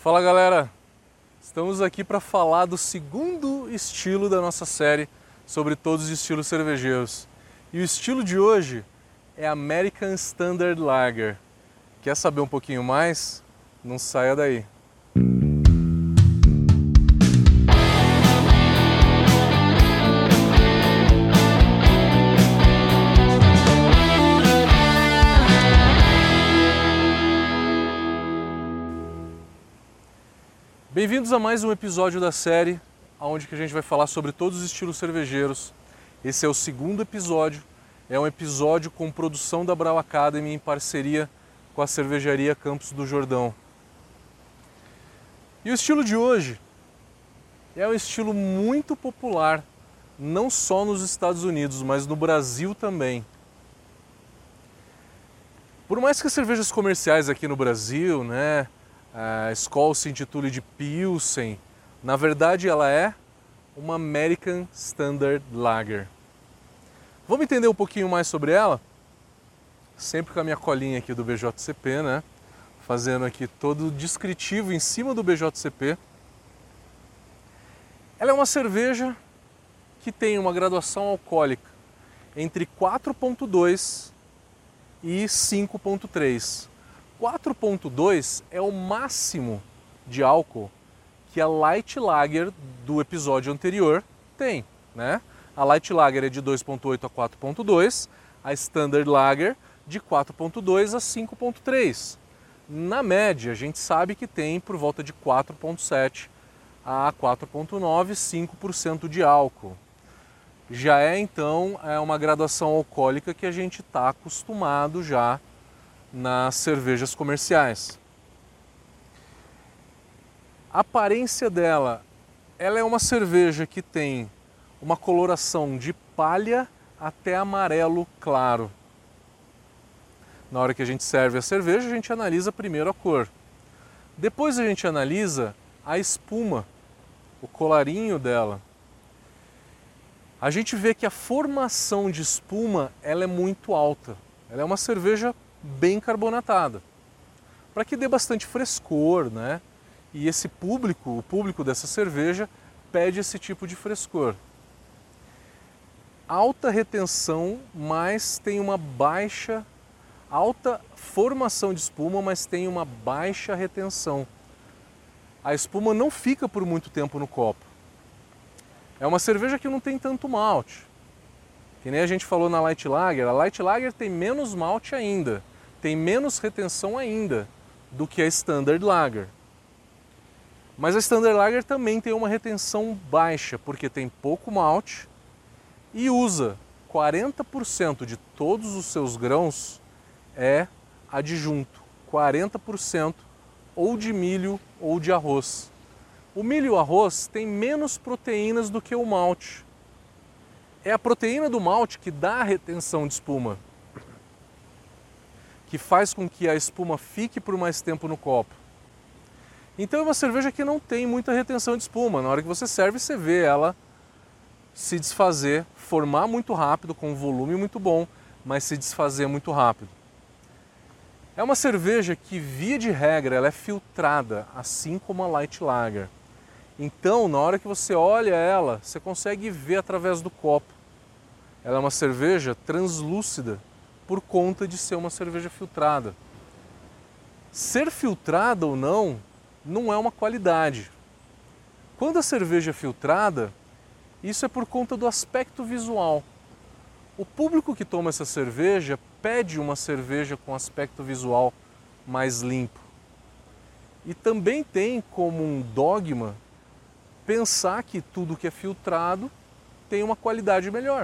Fala galera, estamos aqui para falar do segundo estilo da nossa série sobre todos os estilos cervejeiros. E o estilo de hoje é American Standard Lager. Quer saber um pouquinho mais? Não saia daí. Bem-vindos a mais um episódio da série, onde a gente vai falar sobre todos os estilos cervejeiros. Esse é o segundo episódio, é um episódio com produção da Brau Academy em parceria com a cervejaria Campos do Jordão. E o estilo de hoje é um estilo muito popular, não só nos Estados Unidos, mas no Brasil também. Por mais que as cervejas comerciais aqui no Brasil, a Skol se intitule de Pilsen, na verdade ela é uma American Standard Lager. Vamos entender um pouquinho mais sobre ela? Sempre com a minha colinha aqui do BJCP, fazendo aqui todo o descritivo em cima do BJCP. Ela é uma cerveja que tem uma graduação alcoólica entre 4,2 e 5,3. 4,2 é o máximo de álcool que a Light Lager do episódio anterior tem, A Light Lager é de 2,8 a 4,2, a Standard Lager de 4,2 a 5,3. Na média, a gente sabe que tem por volta de 4,7 a 4,9, 5% de álcool. Já então uma graduação alcoólica que a gente está acostumado já nas cervejas comerciais. A aparência dela, ela é uma cerveja que tem uma coloração de palha até amarelo claro. Na hora que a gente serve a cerveja, a gente analisa primeiro a cor. Depois a gente analisa a espuma, o colarinho dela. A gente vê que a formação de espuma ela é muito alta. Ela é uma cerveja bem carbonatada, para que dê bastante frescor, E esse público, o público dessa cerveja, pede esse tipo de frescor. Alta retenção, mas tem uma baixa, alta formação de espuma, mas tem uma baixa retenção. A espuma não fica por muito tempo no copo. É uma cerveja que não tem tanto malte. Que nem a gente falou na Light Lager, a Light Lager tem menos malte ainda, tem menos retenção ainda do que a Standard Lager. Mas a Standard Lager também tem uma retenção baixa, porque tem pouco malte e usa 40% de todos os seus grãos é adjunto, 40% ou de milho ou de arroz. O milho e o arroz têm menos proteínas do que o malte. É a proteína do malte que dá a retenção de espuma, que faz com que a espuma fique por mais tempo no copo. Então é uma cerveja que não tem muita retenção de espuma. Na hora que você serve, você vê ela se desfazer, formar muito rápido, com um volume muito bom, mas se desfazer muito rápido. É uma cerveja que, via de regra, ela é filtrada, assim como a Light Lager. Então, na hora que você olha ela, você consegue ver através do copo. Ela é uma cerveja translúcida por conta de ser uma cerveja filtrada. Ser filtrada ou não é uma qualidade. Quando a cerveja é filtrada, isso é por conta do aspecto visual. O público que toma essa cerveja pede uma cerveja com aspecto visual mais limpo. E também tem como um dogma pensar que tudo que é filtrado tem uma qualidade melhor.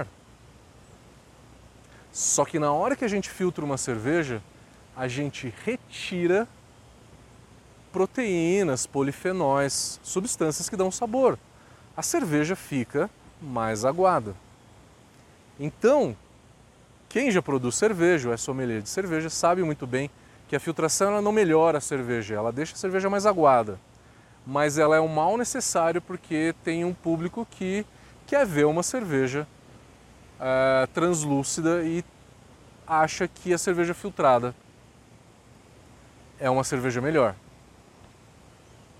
Só que na hora que a gente filtra uma cerveja, a gente retira proteínas, polifenóis, substâncias que dão sabor. A cerveja fica mais aguada. Então, quem já produz cerveja ou é sommelier de cerveja sabe muito bem que a filtração ela não melhora a cerveja, ela deixa a cerveja mais aguada. Mas ela é um mal necessário porque tem um público que quer ver uma cerveja translúcida e acha que a cerveja filtrada é uma cerveja melhor.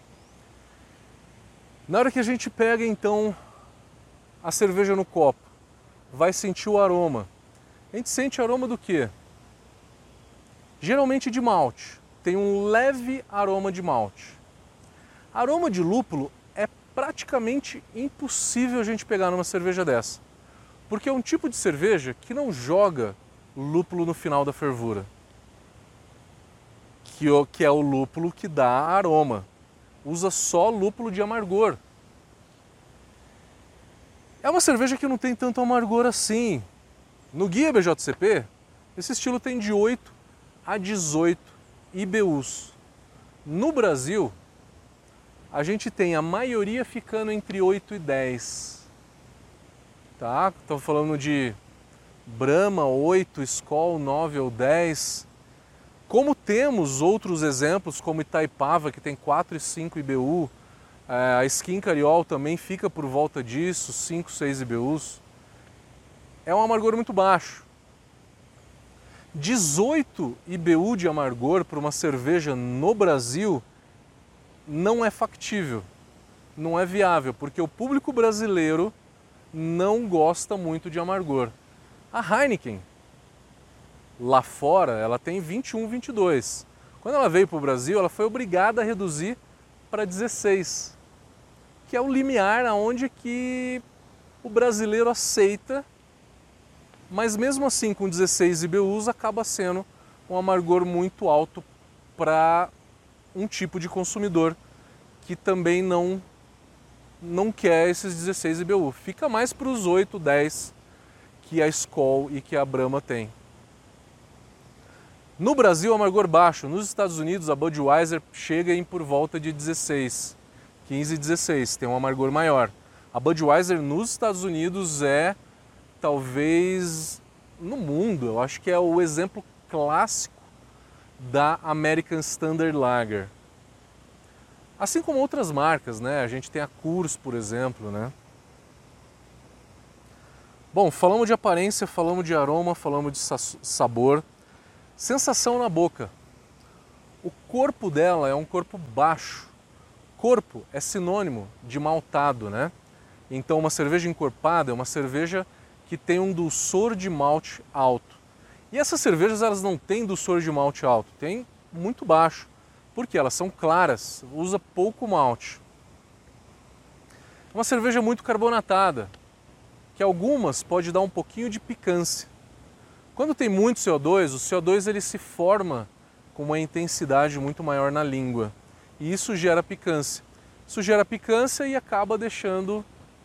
Na hora que a gente pega então a cerveja no copo, vai sentir o aroma. A gente sente aroma do quê? Geralmente de malte. Tem um leve aroma de malte. Aroma de lúpulo é praticamente impossível a gente pegar numa cerveja dessa, porque é um tipo de cerveja que não joga lúpulo no final da fervura, que é o lúpulo que dá aroma. Usa só lúpulo de amargor. É uma cerveja que não tem tanto amargor assim. No guia BJCP, esse estilo tem de 8 a 18 IBUs. No Brasil, a gente tem a maioria ficando entre 8 e 10. Tá? Estou falando de Brahma 8, Skol 9 ou 10. Como temos outros exemplos, como Itaipava, que tem 4 e 5 IBU, a Skin Cariol também fica por volta disso, 5, 6 IBUs. É um amargor muito baixo. 18 IBU de amargor para uma cerveja no Brasil não é factível, não é viável, porque o público brasileiro não gosta muito de amargor. A Heineken, lá fora, ela tem 21, 22. Quando ela veio para o Brasil, ela foi obrigada a reduzir para 16, que é o limiar aonde que o brasileiro aceita, mas mesmo assim com 16 IBUs acaba sendo um amargor muito alto para um tipo de consumidor que também não quer esses 16 IBU. Fica mais para os 8, 10 que a Skol e que a Brahma tem. No Brasil, amargor baixo. Nos Estados Unidos, a Budweiser chega em por volta de 16, 15, 16. Tem um amargor maior. A Budweiser nos Estados Unidos é, talvez, no mundo, eu acho que é o exemplo clássico da American Standard Lager. Assim como outras marcas, né? A gente tem a Coors, por exemplo, né? Bom, falamos de aparência, falamos de aroma, falamos de sabor. Sensação na boca. O corpo dela é um corpo baixo. Corpo é sinônimo de maltado, né? Então uma cerveja encorpada é uma cerveja que tem um dulçor de malte alto. E essas cervejas elas não têm dulçor de malte alto, tem muito baixo, porque elas são claras, usa pouco malte. É uma cerveja muito carbonatada, que algumas pode dar um pouquinho de picância. Quando tem muito CO2, o CO2 ele se forma com uma intensidade muito maior na língua. E isso gera picância. Isso gera picância e acaba deixando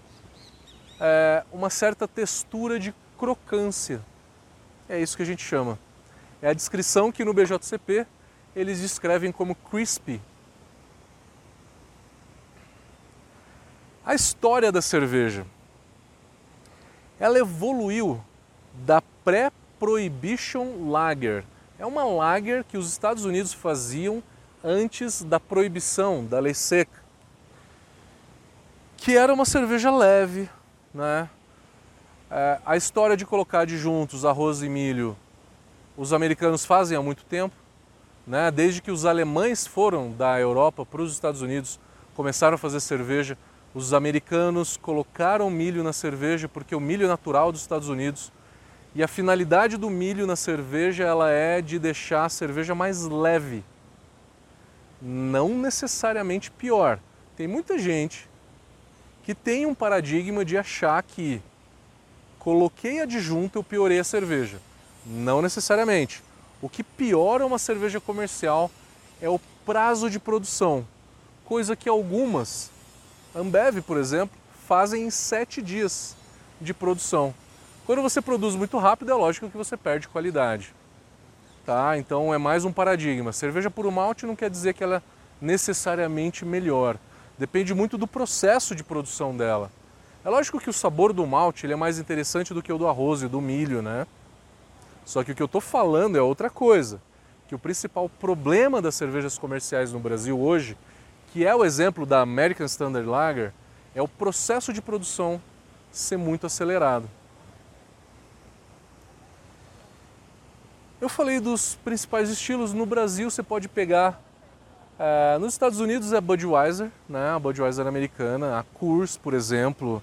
uma certa textura de crocância. É isso que a gente chama. É a descrição que no BJCP eles descrevem como crispy. A história da cerveja. Ela evoluiu da pré-Prohibition Lager. É uma lager que os Estados Unidos faziam antes da proibição, da lei seca. Que era uma cerveja leve, né? A história de colocar adjuntos, arroz e milho, os americanos fazem há muito tempo, né? Desde que os alemães foram da Europa para os Estados Unidos, começaram a fazer cerveja, os americanos colocaram milho na cerveja porque o milho é natural dos Estados Unidos e a finalidade do milho na cerveja ela é de deixar a cerveja mais leve, não necessariamente pior. Tem muita gente que tem um paradigma de achar que coloquei adjunto, eu piorei a cerveja. Não necessariamente. O que piora uma cerveja comercial é o prazo de produção, coisa que algumas, Ambev, por exemplo, fazem em 7 dias de produção. Quando você produz muito rápido, é lógico que você perde qualidade. Tá? Então é mais um paradigma. Cerveja puro malte não quer dizer que ela é necessariamente melhor. Depende muito do processo de produção dela. É lógico que o sabor do malte ele é mais interessante do que o do arroz e do milho, né? Só que o que eu estou falando é outra coisa. Que o principal problema das cervejas comerciais no Brasil hoje, que é o exemplo da American Standard Lager, é o processo de produção ser muito acelerado. Eu falei dos principais estilos. No Brasil você pode pegar Nos Estados Unidos é Budweiser, né? A Budweiser americana, a Coors, por exemplo,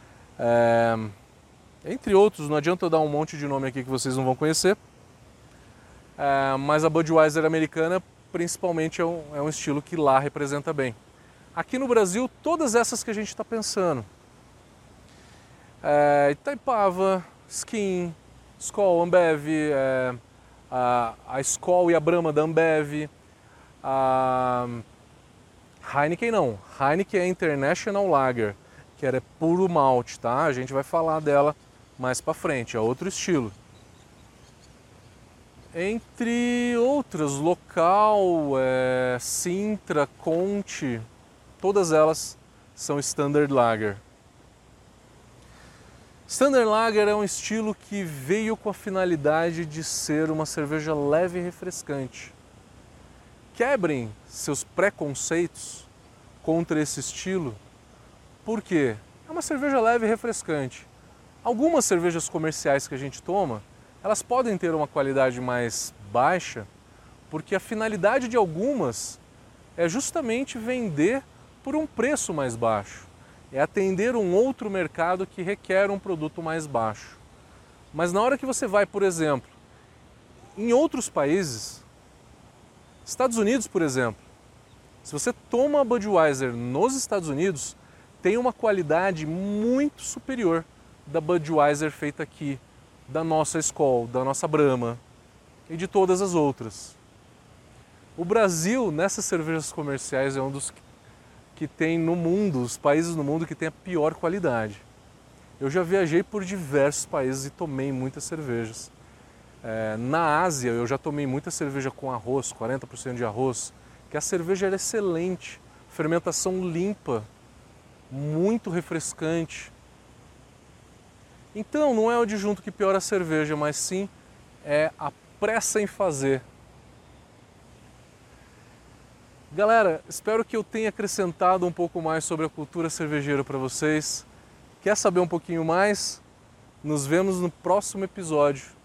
entre outros, não adianta eu dar um monte de nome aqui que vocês não vão conhecer, mas a Budweiser americana principalmente é um estilo que lá representa bem. Aqui no Brasil, todas essas que a gente está pensando, Itaipava, Skin, Skol, Ambev, a Skol e a Brahma da Ambev, a Heineken não, Heineken é International Lager, que é puro malte, tá? A gente vai falar dela mais para frente, é outro estilo. Entre outras, Local, Sintra, Conte, todas elas são Standard Lager. Standard Lager é um estilo que veio com a finalidade de ser uma cerveja leve e refrescante. Quebrem seus preconceitos contra esse estilo, porque é uma cerveja leve e refrescante. Algumas cervejas comerciais que a gente toma, elas podem ter uma qualidade mais baixa, porque a finalidade de algumas é justamente vender por um preço mais baixo. É atender um outro mercado que requer um produto mais baixo. Mas na hora que você vai, por exemplo, em outros países, Estados Unidos, por exemplo, se você toma a Budweiser nos Estados Unidos, tem uma qualidade muito superior da Budweiser feita aqui, da nossa Skol, da nossa Brahma e de todas as outras. O Brasil, nessas cervejas comerciais, é um dos que tem no mundo, os países no mundo que tem a pior qualidade. Eu já viajei por diversos países e tomei muitas cervejas. Na Ásia eu já tomei muita cerveja com arroz, 40% de arroz, que a cerveja era excelente, fermentação limpa, muito refrescante. Então não é o adjunto que piora a cerveja, mas sim é a pressa em fazer. Galera, espero que eu tenha acrescentado um pouco mais sobre a cultura cervejeira para vocês. Quer saber um pouquinho mais? Nos vemos no próximo episódio.